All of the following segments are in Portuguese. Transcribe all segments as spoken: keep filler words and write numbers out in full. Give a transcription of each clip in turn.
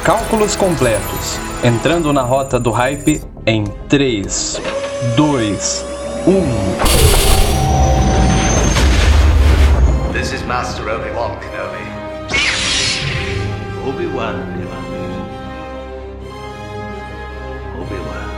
Cálculos completos. Entrando na rota do hype em três, dois, um. This is Master Obi-Wan Kenobi. Obi-Wan, Obi-Wan. Obi-Wan.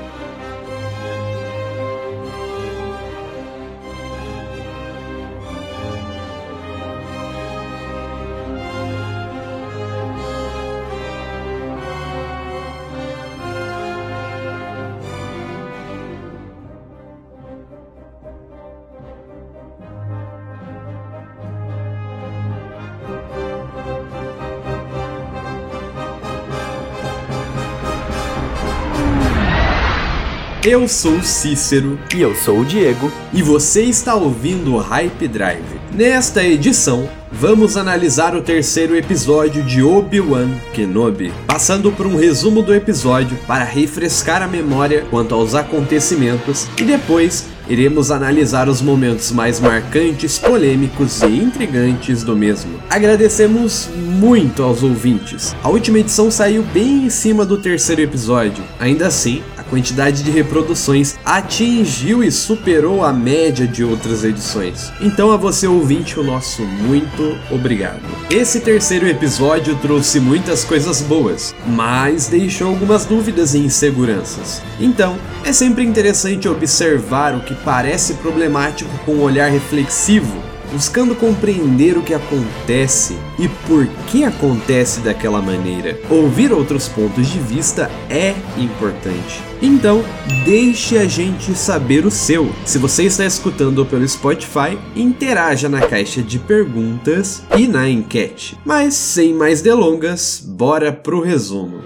Eu sou o Cícero e eu sou o Diego e você está ouvindo o Hype Drive. Nesta edição, vamos analisar o terceiro episódio de Obi-Wan Kenobi, passando por um resumo do episódio para refrescar a memória quanto aos acontecimentos e depois iremos analisar os momentos mais marcantes, polêmicos e intrigantes do mesmo. Agradecemos muito aos ouvintes. A última edição saiu bem em cima do terceiro episódio. Ainda assim, a quantidade de reproduções atingiu e superou a média de outras edições. Então a você ouvinte, o nosso muito obrigado. Esse terceiro episódio trouxe muitas coisas boas, mas deixou algumas dúvidas e inseguranças. Então, é sempre interessante observar o que parece problemático com um olhar reflexivo, buscando compreender o que acontece e por que acontece daquela maneira. Ouvir outros pontos de vista é importante. Então, deixe a gente saber o seu. Se você está escutando pelo Spotify, interaja na caixa de perguntas e na enquete. Mas sem mais delongas, bora pro resumo.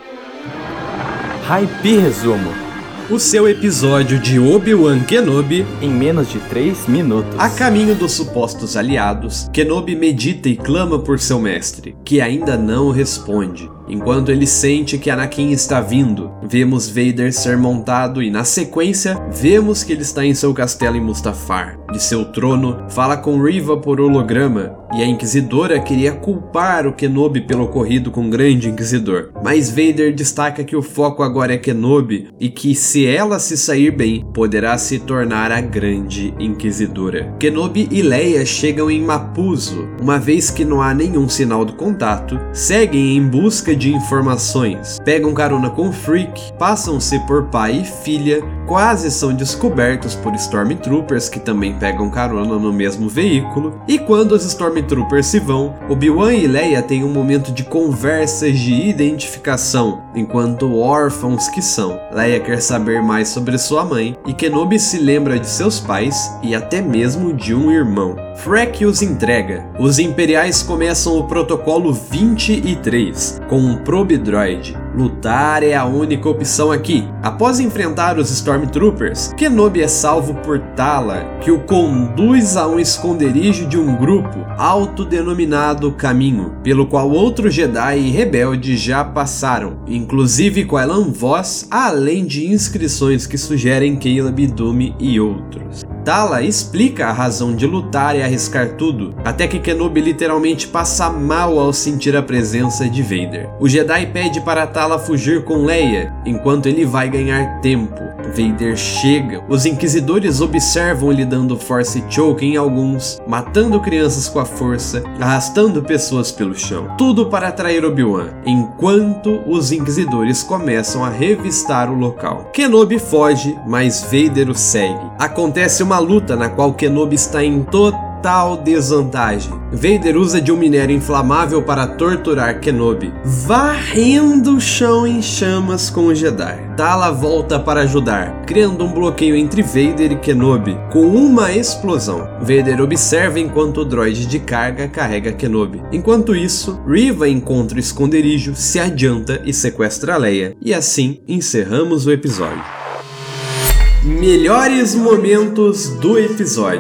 Hype Resumo. O seu episódio de Obi-Wan Kenobi em menos de três minutos. A caminho dos supostos aliados, Kenobi medita e clama por seu mestre, que ainda não responde. Enquanto ele sente que Anakin está vindo, vemos Vader ser montado e, na sequência, vemos que ele está em seu castelo em Mustafar. De seu trono, fala com Reva por holograma, e a Inquisidora queria culpar o Kenobi pelo ocorrido com o Grande Inquisidor. Mas Vader destaca que o foco agora é Kenobi, e que se ela se sair bem, poderá se tornar a Grande Inquisidora. Kenobi e Leia chegam em Mapuzo, uma vez que não há nenhum sinal do contato, seguem em busca de informações, pegam carona com Freak, passam-se por pai e filha, quase são descobertos por Stormtroopers que também pegam carona no mesmo veículo, e quando os Stormtroopers se vão, Obi-Wan e Leia têm um momento de conversas de identificação, enquanto órfãos que são. Leia quer saber mais sobre sua mãe, e Kenobi se lembra de seus pais e até mesmo de um irmão. Freck os entrega. Os Imperiais começam o protocolo vinte e três, com um probe droid. Lutar é a única opção aqui. Após enfrentar os Stormtroopers, Kenobi é salvo por Tala, que o conduz a um esconderijo de um grupo autodenominado Caminho, pelo qual outros Jedi e rebeldes já passaram, inclusive Quinlan Vos, além de inscrições que sugerem Caleb Dume e outros. Tala explica a razão de lutar e arriscar tudo, até que Kenobi literalmente passa mal ao sentir a presença de Vader. O Jedi pede para Tala fugir com Leia, enquanto ele vai ganhar tempo. Vader chega, os Inquisidores observam ele dando Force Choke em alguns, matando crianças com a força, arrastando pessoas pelo chão. Tudo para atrair Obi-Wan, enquanto os Inquisidores começam a revistar o local. Kenobi foge, mas Vader o segue. Acontece uma Uma luta na qual Kenobi está em total desvantagem. Vader usa de um minério inflamável para torturar Kenobi, varrendo o chão em chamas com o Jedi. Tala volta para ajudar, criando um bloqueio entre Vader e Kenobi, com uma explosão. Vader observa enquanto o droide de carga carrega Kenobi. Enquanto isso, Reva encontra o esconderijo, se adianta e sequestra Leia. E assim, encerramos o episódio. Melhores momentos do episódio.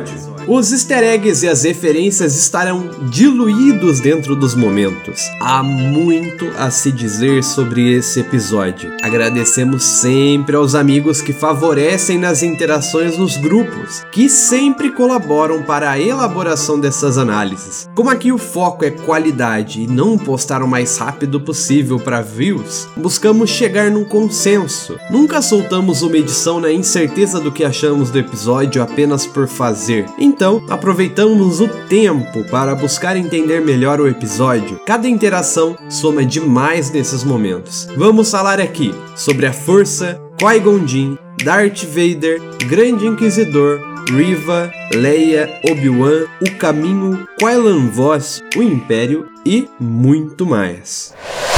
Os easter eggs e as referências estarão diluídos dentro dos momentos. Há muito a se dizer sobre esse episódio. Agradecemos sempre aos amigos que favorecem nas interações nos grupos, que sempre colaboram para a elaboração dessas análises. Como aqui o foco é qualidade e não postar o mais rápido possível para views, buscamos chegar num consenso. Nunca soltamos uma edição na incerteza do que achamos do episódio apenas por fazer. Então, aproveitamos o tempo para buscar entender melhor o episódio. Cada interação soma demais nesses momentos. Vamos falar aqui sobre a Força, Qui-Gon Jinn, Darth Vader, Grande Inquisidor, Reva, Leia, Obi-Wan, o Caminho, Quinlan Vos, o Império e muito mais.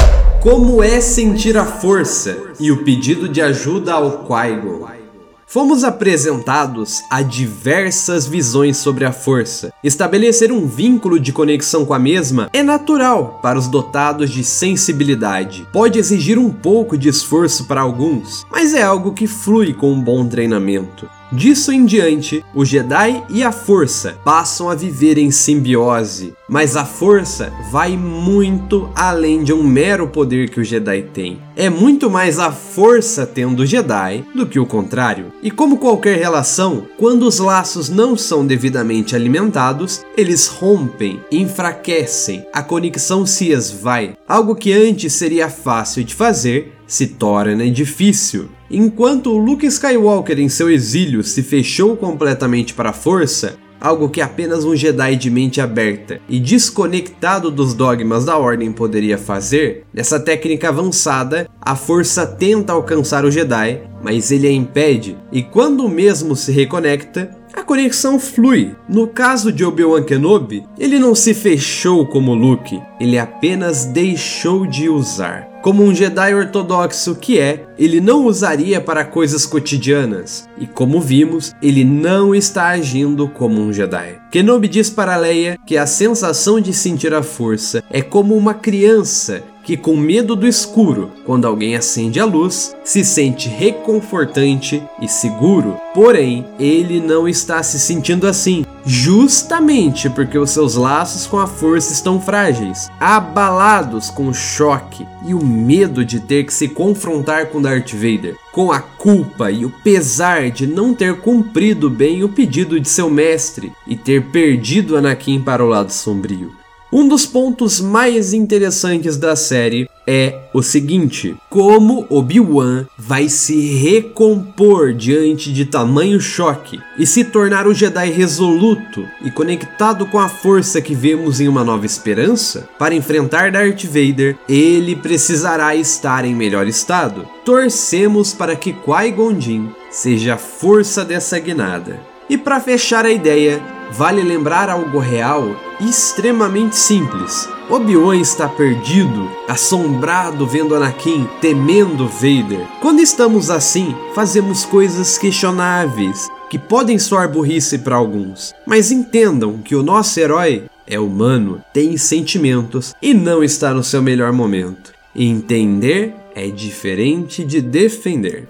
Como é sentir a força e o pedido de ajuda ao Qui-Gon? Fomos apresentados a diversas visões sobre a força. Estabelecer um vínculo de conexão com a mesma é natural para os dotados de sensibilidade. Pode exigir um pouco de esforço para alguns, mas é algo que flui com um bom treinamento. Disso em diante, o Jedi e a Força passam a viver em simbiose, mas a Força vai muito além de um mero poder que o Jedi tem. É muito mais a Força tendo o Jedi do que o contrário. E como qualquer relação, quando os laços não são devidamente alimentados, eles rompem, enfraquecem, a conexão se esvai. Algo que antes seria fácil de fazer se torna difícil. Enquanto o Luke Skywalker em seu exílio se fechou completamente para a Força, algo que apenas um Jedi de mente aberta e desconectado dos dogmas da Ordem poderia fazer, nessa técnica avançada, a Força tenta alcançar o Jedi, mas ele a impede, e quando o mesmo se reconecta, a conexão flui. No caso de Obi-Wan Kenobi, ele não se fechou como Luke, ele apenas deixou de usar. Como um Jedi ortodoxo que é, ele não usaria para coisas cotidianas, e como vimos, ele não está agindo como um Jedi. Kenobi diz para Leia que a sensação de sentir a força é como uma criança que, com medo do escuro, quando alguém acende a luz, se sente reconfortante e seguro. Porém, ele não está se sentindo assim, justamente porque os seus laços com a força estão frágeis, abalados com o choque e o medo de ter que se confrontar com Darth Vader, com a culpa e o pesar de não ter cumprido bem o pedido de seu mestre e ter perdido Anakin para o lado sombrio. Um dos pontos mais interessantes da série é o seguinte: como Obi-Wan vai se recompor diante de tamanho choque e se tornar o Jedi resoluto e conectado com a força que vemos em Uma Nova Esperança. Para enfrentar Darth Vader, ele precisará estar em melhor estado. Torcemos para que Qui-Gon Jinn seja a força dessa guinada. E para fechar a ideia, vale lembrar algo real e extremamente simples. Obi-Wan está perdido, assombrado vendo Anakin, temendo Vader. Quando estamos assim, fazemos coisas questionáveis, que podem soar burrice para alguns. Mas entendam que o nosso herói é humano, tem sentimentos e não está no seu melhor momento. Entender é diferente de defender.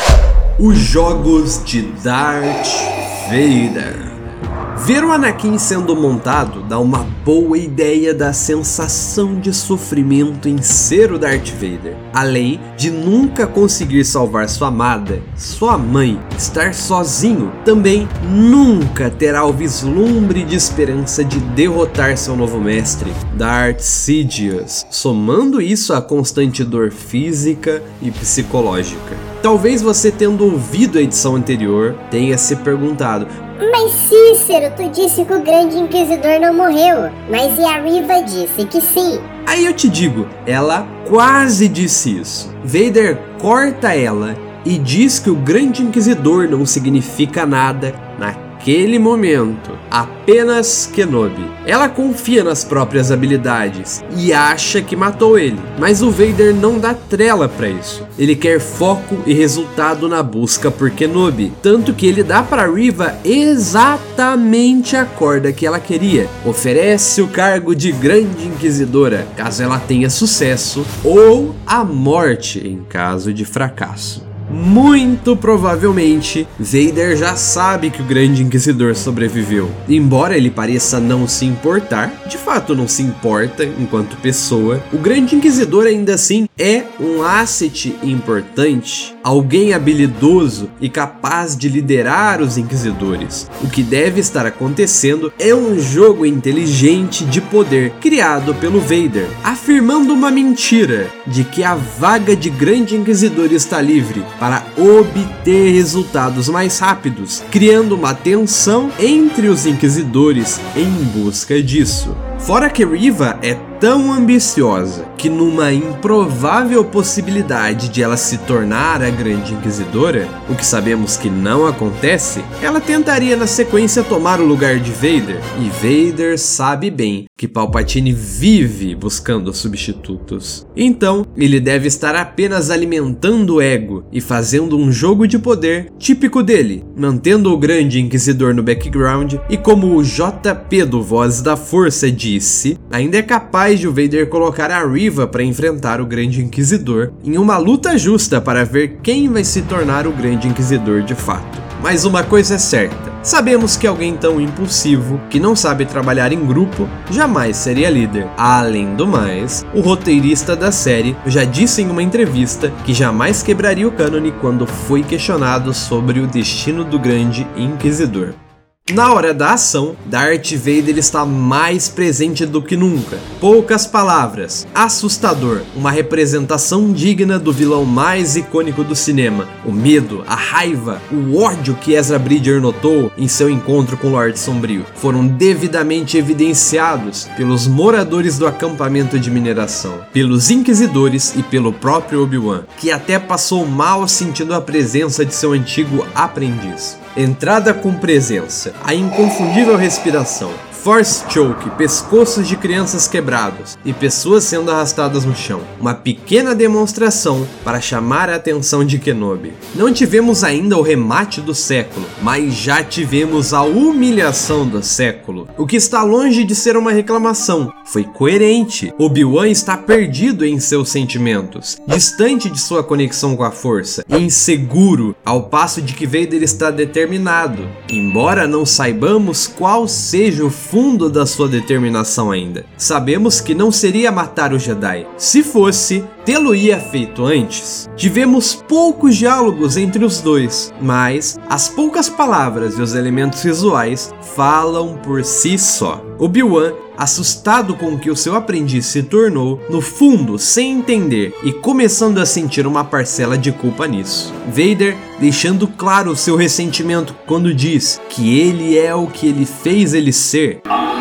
Os jogos de Darth Vader. Ver o Anakin sendo montado dá uma boa ideia da sensação de sofrimento em ser o Darth Vader. Além de nunca conseguir salvar sua amada, sua mãe, estar sozinho, também nunca terá o vislumbre de esperança de derrotar seu novo mestre, Darth Sidious, somando isso à constante dor física e psicológica. Talvez você, tendo ouvido a edição anterior, tenha se perguntado: mas Cícero, tu disse que o Grande Inquisidor não morreu, mas e a Reva disse que sim. Aí eu te digo, ela quase disse isso. Vader corta ela e diz que o Grande Inquisidor não significa nada naquele momento, apenas Kenobi. Ela confia nas próprias habilidades e acha que matou ele, mas o Vader não dá trela pra isso. Ele quer foco e resultado na busca por Kenobi, tanto que ele dá para Reva exatamente a corda que ela queria. Oferece o cargo de Grande Inquisidora, caso ela tenha sucesso, ou a morte em caso de fracasso. Muito provavelmente, Vader já sabe que o Grande Inquisidor sobreviveu. Embora ele pareça não se importar, de fato não se importa enquanto pessoa, o Grande Inquisidor ainda assim é um asset importante, alguém habilidoso e capaz de liderar os Inquisidores. O que deve estar acontecendo é um jogo inteligente de poder criado pelo Vader, afirmando uma mentira de que a vaga de Grande Inquisidor está livre para obter resultados mais rápidos, criando uma tensão entre os Inquisidores em busca disso. Fora que Reva é tão ambiciosa que, numa improvável possibilidade de ela se tornar a Grande Inquisidora, o que sabemos que não acontece, ela tentaria na sequência tomar o lugar de Vader, e Vader sabe bem que Palpatine vive buscando substitutos. Então, ele deve estar apenas alimentando o ego e fazendo um jogo de poder típico dele, mantendo o Grande Inquisidor no background e, como o J P do Voz da Força disse, ainda é capaz de o Vader colocar a Reva para enfrentar o Grande Inquisidor em uma luta justa para ver quem vai se tornar o Grande Inquisidor de fato. Mas uma coisa é certa, sabemos que alguém tão impulsivo, que não sabe trabalhar em grupo, jamais seria líder. Além do mais, o roteirista da série já disse em uma entrevista que jamais quebraria o cânone quando foi questionado sobre o destino do Grande Inquisidor. Na hora da ação, Darth Vader está mais presente do que nunca. Poucas palavras, assustador, uma representação digna do vilão mais icônico do cinema. O medo, a raiva, o ódio que Ezra Bridger notou em seu encontro com o Lorde Sombrio foram devidamente evidenciados pelos moradores do acampamento de mineração, pelos Inquisidores e pelo próprio Obi-Wan, que até passou mal sentindo a presença de seu antigo aprendiz. Entrada com presença, a inconfundível respiração, Force Choke, pescoços de crianças quebrados e pessoas sendo arrastadas no chão. Uma pequena demonstração para chamar a atenção de Kenobi. Não tivemos ainda o remate do século, mas já tivemos a humilhação do século. O que está longe de ser uma reclamação. Foi coerente. Obi-Wan está perdido em seus sentimentos, distante de sua conexão com a força, inseguro, ao passo de que Vader está determinado. Embora não saibamos qual seja o fundo da sua determinação ainda, sabemos que não seria matar o Jedi. Se fosse, tê-lo-ia feito antes. Tivemos poucos diálogos entre os dois, mas as poucas palavras e os elementos visuais falam por si só. Obi-Wan, assustado com o que o seu aprendiz se tornou, no fundo sem entender e começando a sentir uma parcela de culpa nisso. Vader deixando claro o seu ressentimento quando diz que ele é o que ele fez ele ser.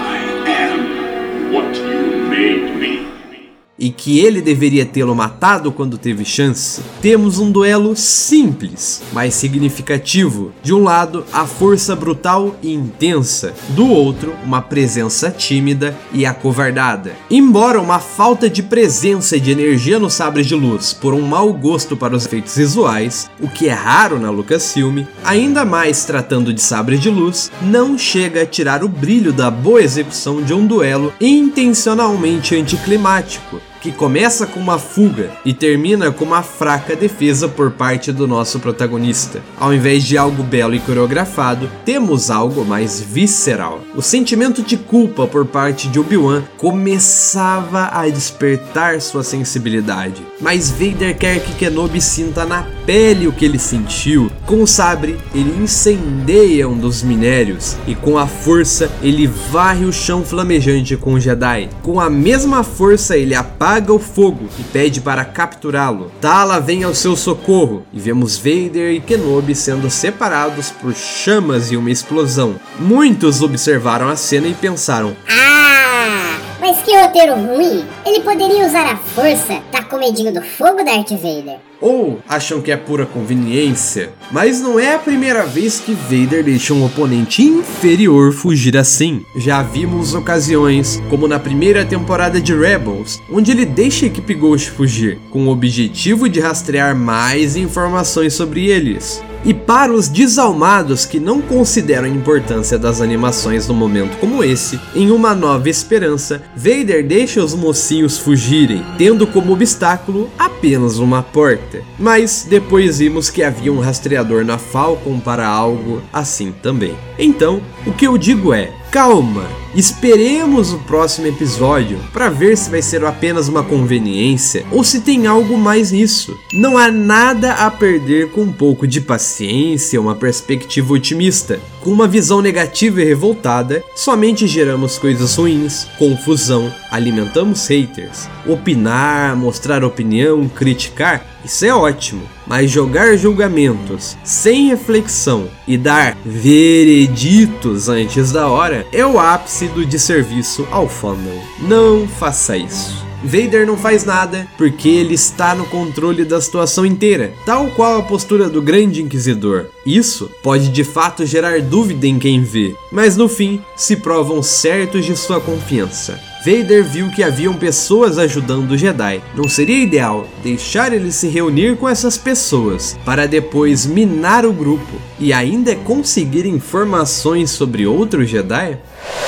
E que ele deveria tê-lo matado quando teve chance. Temos um duelo simples, mas significativo. De um lado, a força brutal e intensa. Do outro, uma presença tímida e acovardada. Embora uma falta de presença e de energia no sabre de luz por um mau gosto para os efeitos visuais, o que é raro na Lucasfilm, ainda mais tratando de sabre de luz, não chega a tirar o brilho da boa execução de um duelo intencionalmente anticlimático, que começa com uma fuga e termina com uma fraca defesa por parte do nosso protagonista. Ao invés de algo belo e coreografado, temos algo mais visceral. O sentimento de culpa por parte de Obi-Wan começava a despertar sua sensibilidade, mas Vader quer que Kenobi sinta na pele o que ele sentiu. Com o sabre, ele incendeia um dos minérios e com a força, ele varre o chão flamejante com o Jedi. Com a mesma força, ele apaga o fogo e pede para capturá-lo. Tala vem ao seu socorro e vemos Vader e Kenobi sendo separados por chamas e uma explosão. Muitos observaram a cena e pensaram: Ah, mas que roteiro ruim! Ele poderia usar a força. Tá com medinho do fogo, Darth Vader? Ou acham que é pura conveniência, mas não é a primeira vez que Vader deixa um oponente inferior fugir assim. Já vimos ocasiões, como na primeira temporada de Rebels, onde ele deixa a equipe Ghost fugir, com o objetivo de rastrear mais informações sobre eles. E para os desalmados que não consideram a importância das animações num momento como esse, em Uma Nova Esperança, Vader deixa os mocinhos fugirem, tendo como obstáculo apenas apenas uma porta, mas depois vimos que havia um rastreador na Falcon para algo assim também. Então, o que eu digo é, calma, esperemos o próximo episódio para ver se vai ser apenas uma conveniência ou se tem algo mais nisso. Não há nada a perder com um pouco de paciência, uma perspectiva otimista. Com uma visão negativa e revoltada, somente geramos coisas ruins, confusão, alimentamos haters. Opinar, mostrar opinião, criticar, isso é ótimo, mas jogar julgamentos sem reflexão e dar vereditos antes da hora é o ápice do desserviço ao fandom. Não faça isso. Vader não faz nada porque ele está no controle da situação inteira, tal qual a postura do Grande Inquisidor. Isso pode de fato gerar dúvida em quem vê, mas no fim se provam certos de sua confiança. Vader viu que haviam pessoas ajudando o Jedi. Não seria ideal deixar ele se reunir com essas pessoas para depois minar o grupo e ainda conseguir informações sobre outro Jedi?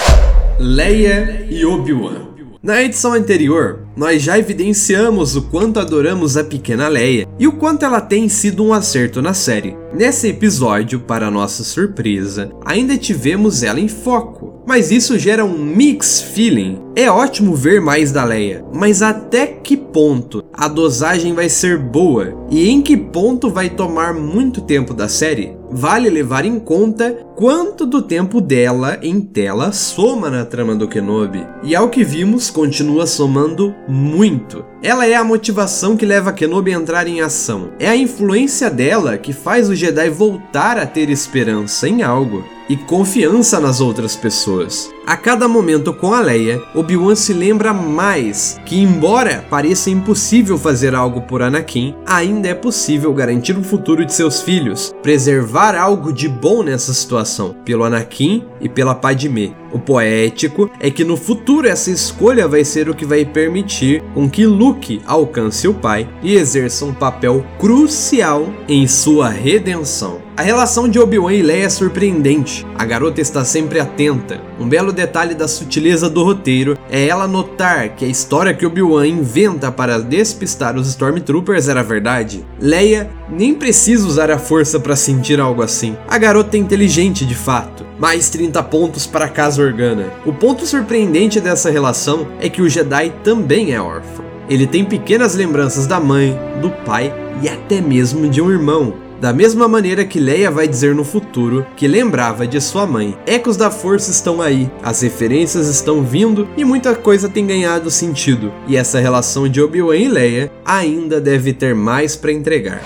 Leia e Obi-Wan. Na edição anterior, nós já evidenciamos o quanto adoramos a pequena Leia e o quanto ela tem sido um acerto na série. Nesse episódio, para nossa surpresa, ainda tivemos ela em foco, mas isso gera um mix feeling. É ótimo ver mais da Leia, mas até que ponto a dosagem vai ser boa e em que ponto vai tomar muito tempo da série? Vale levar em conta quanto do tempo dela em tela soma na trama do Kenobi, e ao que vimos, continua somando muito. Ela é a motivação que leva Kenobi a entrar em ação. É a influência dela que faz o Jedi voltar a ter esperança em algo e confiança nas outras pessoas. A cada momento com a Leia, Obi-Wan se lembra mais que, embora pareça impossível fazer algo por Anakin, ainda é possível garantir o futuro de seus filhos, preservar algo de bom nessa situação, pelo Anakin e pela Padmé. O poético é que no futuro essa escolha vai ser o que vai permitir com que Luke alcance o pai e exerça um papel crucial em sua redenção. A relação de Obi-Wan e Leia é surpreendente. A garota está sempre atenta. Um belo detalhe da sutileza do roteiro é ela notar que a história que Obi-Wan inventa para despistar os Stormtroopers era verdade. Leia nem precisa usar a força para sentir algo assim. A garota é inteligente de fato. Mais trinta pontos para Casa Organa. O ponto surpreendente dessa relação é que o Jedi também é órfão. Ele tem pequenas lembranças da mãe, do pai e até mesmo de um irmão. Da mesma maneira que Leia vai dizer no futuro que lembrava de sua mãe. Ecos da força estão aí, as referências estão vindo e muita coisa tem ganhado sentido. E essa relação de Obi-Wan e Leia ainda deve ter mais para entregar.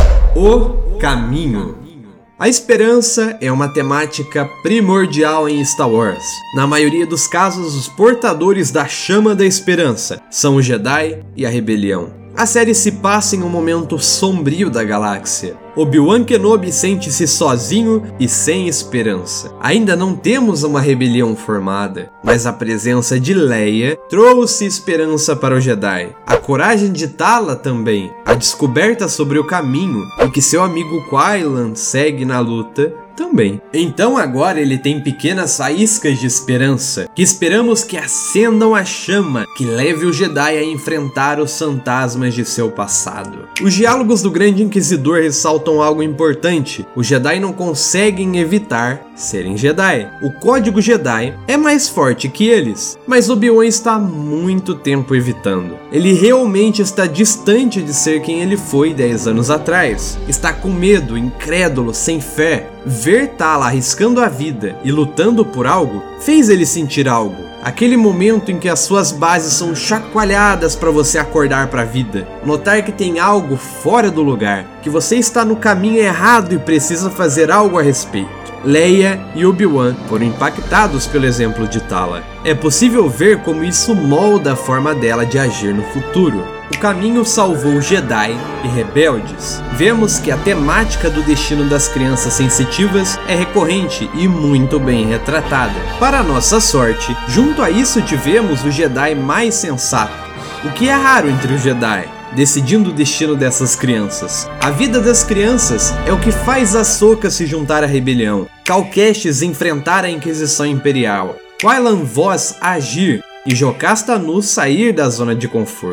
O caminho. A esperança é uma temática primordial em Star Wars. Na maioria dos casos, os portadores da chama da esperança são o Jedi e a rebelião. A série se passa em um momento sombrio da galáxia. Obi-Wan Kenobi sente-se sozinho e sem esperança. Ainda não temos uma rebelião formada, mas a presença de Leia trouxe esperança para o Jedi. A coragem de Tala também, a descoberta sobre o caminho e que seu amigo Qui-Lan segue na luta também. Então agora ele tem pequenas faíscas de esperança, que esperamos que acendam a chama que leve o Jedi a enfrentar os fantasmas de seu passado. Os diálogos do Grande Inquisidor ressaltam algo importante: os Jedi não conseguem evitar serem Jedi. O código Jedi é mais forte que eles, mas Obi-Wan está há muito tempo evitando. Ele realmente está distante de ser quem ele foi dez anos atrás. Está com medo, incrédulo, sem fé. Ver Tala arriscando a vida e lutando por algo fez ele sentir algo. Aquele momento em que as suas bases são chacoalhadas para você acordar para a vida. Notar que tem algo fora do lugar, que você está no caminho errado e precisa fazer algo a respeito. Leia e Obi-Wan foram impactados pelo exemplo de Tala. É possível ver como isso molda a forma dela de agir no futuro. O caminho salvou Jedi e rebeldes. Vemos que a temática do destino das crianças sensitivas é recorrente e muito bem retratada. Para nossa sorte, junto a isso tivemos o Jedi mais sensato, o que é raro entre os Jedi, decidindo o destino dessas crianças. A vida das crianças é o que faz Ahsoka se juntar à rebelião, Cal Kestis enfrentar a Inquisição Imperial, Qui-Lan Vos agir e Jocasta Nu sair da zona de conforto.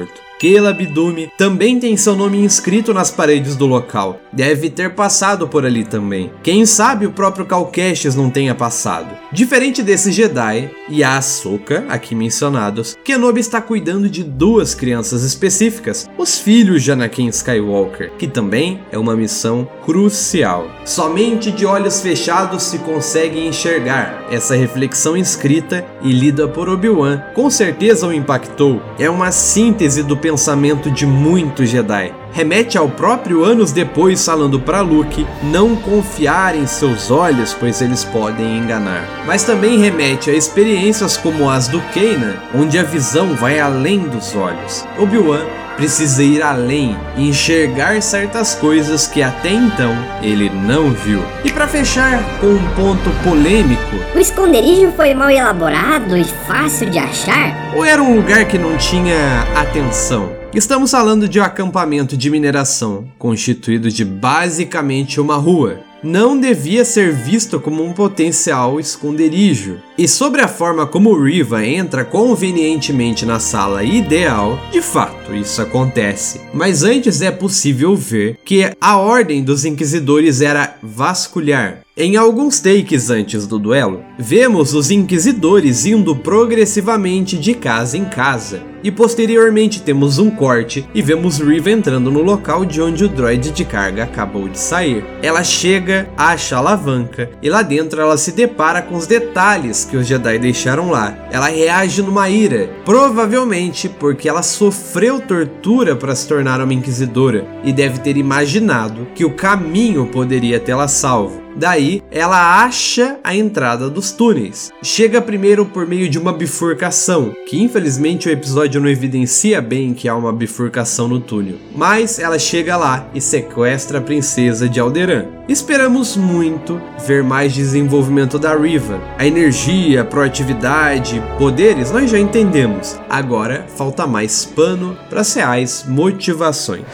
Caleb Dume também tem seu nome inscrito nas paredes do local. Deve ter passado por ali também. Quem sabe o próprio Cal Kestis não tenha passado. Diferente desse Jedi e a Ahsoka, aqui mencionados, Kenobi está cuidando de duas crianças específicas, os filhos de Anakin Skywalker, que também é uma missão crucial. Somente de olhos fechados se consegue enxergar. Essa reflexão escrita e lida por Obi-Wan com certeza o impactou. É uma síntese do pensamento de muitos Jedi. Remete ao próprio anos depois falando para Luke não confiar em seus olhos, pois eles podem enganar. Mas também remete a experiências como as do Kanan, onde a visão vai além dos olhos. Obi-Wan precisa ir além e enxergar certas coisas que até então ele não viu. E para fechar com um ponto polêmico, o esconderijo foi mal elaborado e fácil de achar? Ou era um lugar que não tinha atenção? Estamos falando de um acampamento de mineração, constituído de basicamente uma rua. Não devia ser visto como um potencial esconderijo. E sobre a forma como Reva entra convenientemente na sala ideal, de fato isso acontece. Mas antes é possível ver que a ordem dos inquisidores era vasculhar. Em alguns takes antes do duelo, vemos os inquisidores indo progressivamente de casa em casa. E posteriormente temos um corte e vemos Reva entrando no local de onde o droide de carga acabou de sair. Ela chega, acha a alavanca e lá dentro ela se depara com os detalhes que os Jedi deixaram lá. Ela reage numa ira, provavelmente porque ela sofreu tortura para se tornar uma inquisidora e deve ter imaginado que o caminho poderia tê-la salvo. Daí, ela acha a entrada dos túneis. Chega primeiro por meio de uma bifurcação, que infelizmente o episódio não evidencia bem que há uma bifurcação no túnel. Mas ela chega lá e sequestra a princesa de Alderaan. Esperamos muito ver mais desenvolvimento da Reva. A energia, proatividade, poderes nós já entendemos. Agora falta mais pano para as reais motivações.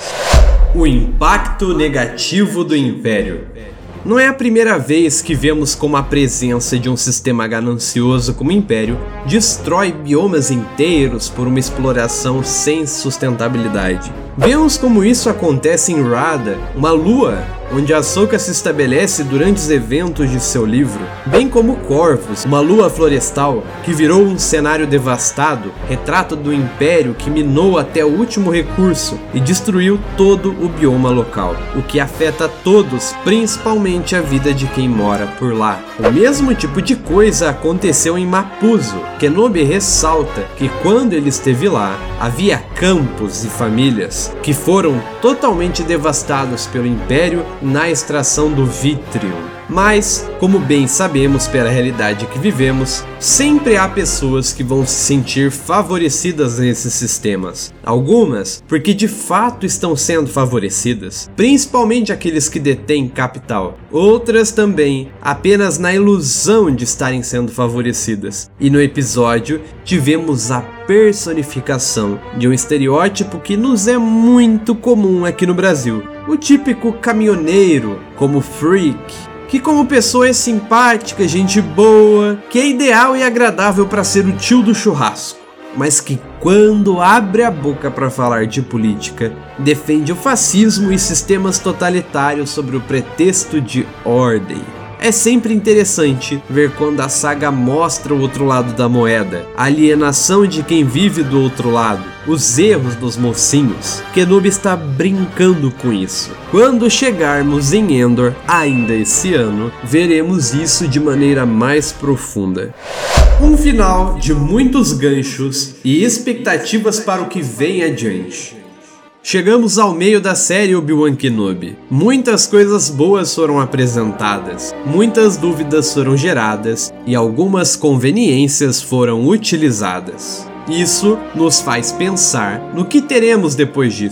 O impacto negativo do Império. Não é a primeira vez que vemos como a presença de um sistema ganancioso como o Império destrói biomas inteiros por uma exploração sem sustentabilidade. Vemos como isso acontece em Rada, uma lua onde Ahsoka se estabelece durante os eventos de seu livro, bem como Corvus, uma lua florestal que virou um cenário devastado, retrato do Império que minou até o último recurso e destruiu todo o bioma local, o que afeta todos, principalmente a vida de quem mora por lá. O mesmo tipo de coisa aconteceu em Mapuzo. Kenobi ressalta que quando ele esteve lá, havia campos e famílias que foram totalmente devastados pelo Império na extração do Vitrium. Mas, como bem sabemos pela realidade que vivemos, sempre há pessoas que vão se sentir favorecidas nesses sistemas. Algumas porque de fato estão sendo favorecidas, principalmente aqueles que detêm capital. Outras também apenas na ilusão de estarem sendo favorecidas. E no episódio tivemos a personificação de um estereótipo que nos é muito comum aqui no Brasil. O típico caminhoneiro, como Freak, que como pessoa é simpática, gente boa, que é ideal e agradável para ser o tio do churrasco, mas que quando abre a boca para falar de política, defende o fascismo e sistemas totalitários sobre o pretexto de ordem. É sempre interessante ver quando a saga mostra o outro lado da moeda, a alienação de quem vive do outro lado, os erros dos mocinhos. Kenobi está brincando com isso. Quando chegarmos em Endor, ainda esse ano, veremos isso de maneira mais profunda. Um final de muitos ganchos e expectativas para o que vem adiante. Chegamos ao meio da série Obi-Wan Kenobi. Muitas coisas boas foram apresentadas, muitas dúvidas foram geradas e algumas conveniências foram utilizadas. Isso nos faz pensar no que teremos depois disso.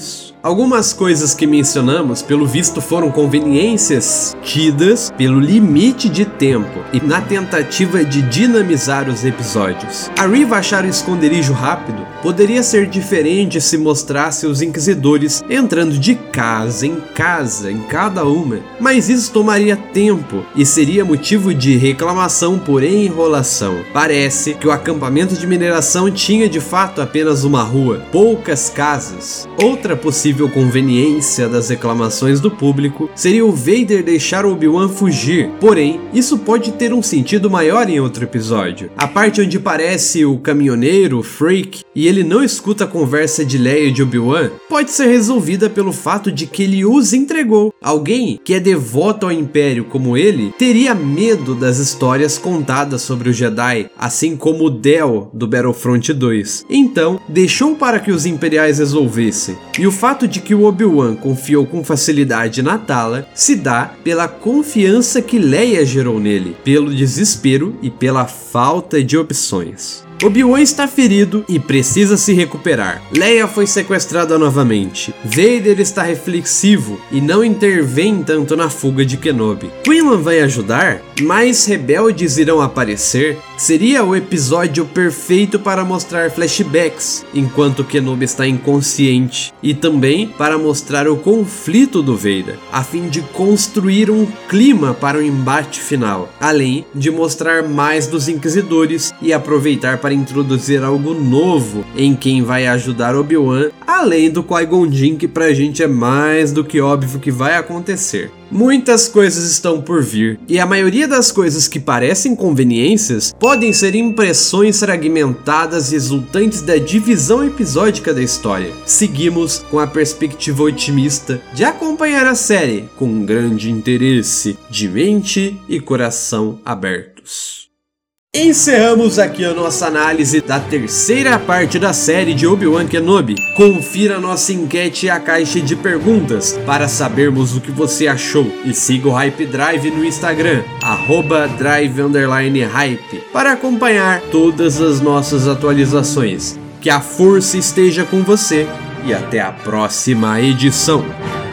Algumas coisas que mencionamos, pelo visto, foram conveniências tidas pelo limite de tempo e na tentativa de dinamizar os episódios. A Riva achar o esconderijo rápido poderia ser diferente se mostrasse os inquisidores entrando de casa em casa em cada uma, mas isso tomaria tempo e seria motivo de reclamação por enrolação. Parece que o acampamento de mineração tinha de fato apenas uma rua, poucas casas. Outra possível conveniência das reclamações do público seria o Vader deixar Obi-Wan fugir, porém isso pode ter um sentido maior em outro episódio. A parte onde parece o caminhoneiro, o Freak, e ele não escuta a conversa de Leia e de Obi-Wan, pode ser resolvida pelo fato de que ele os entregou. Alguém que é devoto ao Império como ele teria medo das histórias contadas sobre o Jedi, assim como o Del do Battlefront dois. Então, deixou para que os Imperiais resolvessem. E o fato de que o Obi-Wan confiou com facilidade na Tala se dá pela confiança que Leia gerou nele, pelo desespero e pela falta de opções. Obi-Wan está ferido e precisa se recuperar. Leia foi sequestrada novamente. Vader está reflexivo e não intervém tanto na fuga de Kenobi. Quinlan vai ajudar? Mais rebeldes irão aparecer? Seria o episódio perfeito para mostrar flashbacks enquanto Kenobi está inconsciente e também para mostrar o conflito do Vader, a fim de construir um clima para o embate final, além de mostrar mais dos Inquisidores e aproveitar para introduzir algo novo em quem vai ajudar Obi-Wan, além do Qui-Gon Jinn, que pra gente é mais do que óbvio que vai acontecer. Muitas coisas estão por vir, e a maioria das coisas que parecem conveniências podem ser impressões fragmentadas resultantes da divisão episódica da história. Seguimos com a perspectiva otimista de acompanhar a série com um grande interesse, de mente e coração abertos. Encerramos aqui a nossa análise da terceira parte da série de Obi-Wan Kenobi. Confira nossa enquete e a caixa de perguntas para sabermos o que você achou. E siga o Hype Drive no Instagram, arroba drive underline hype, para acompanhar todas as nossas atualizações. Que a força esteja com você e até a próxima edição.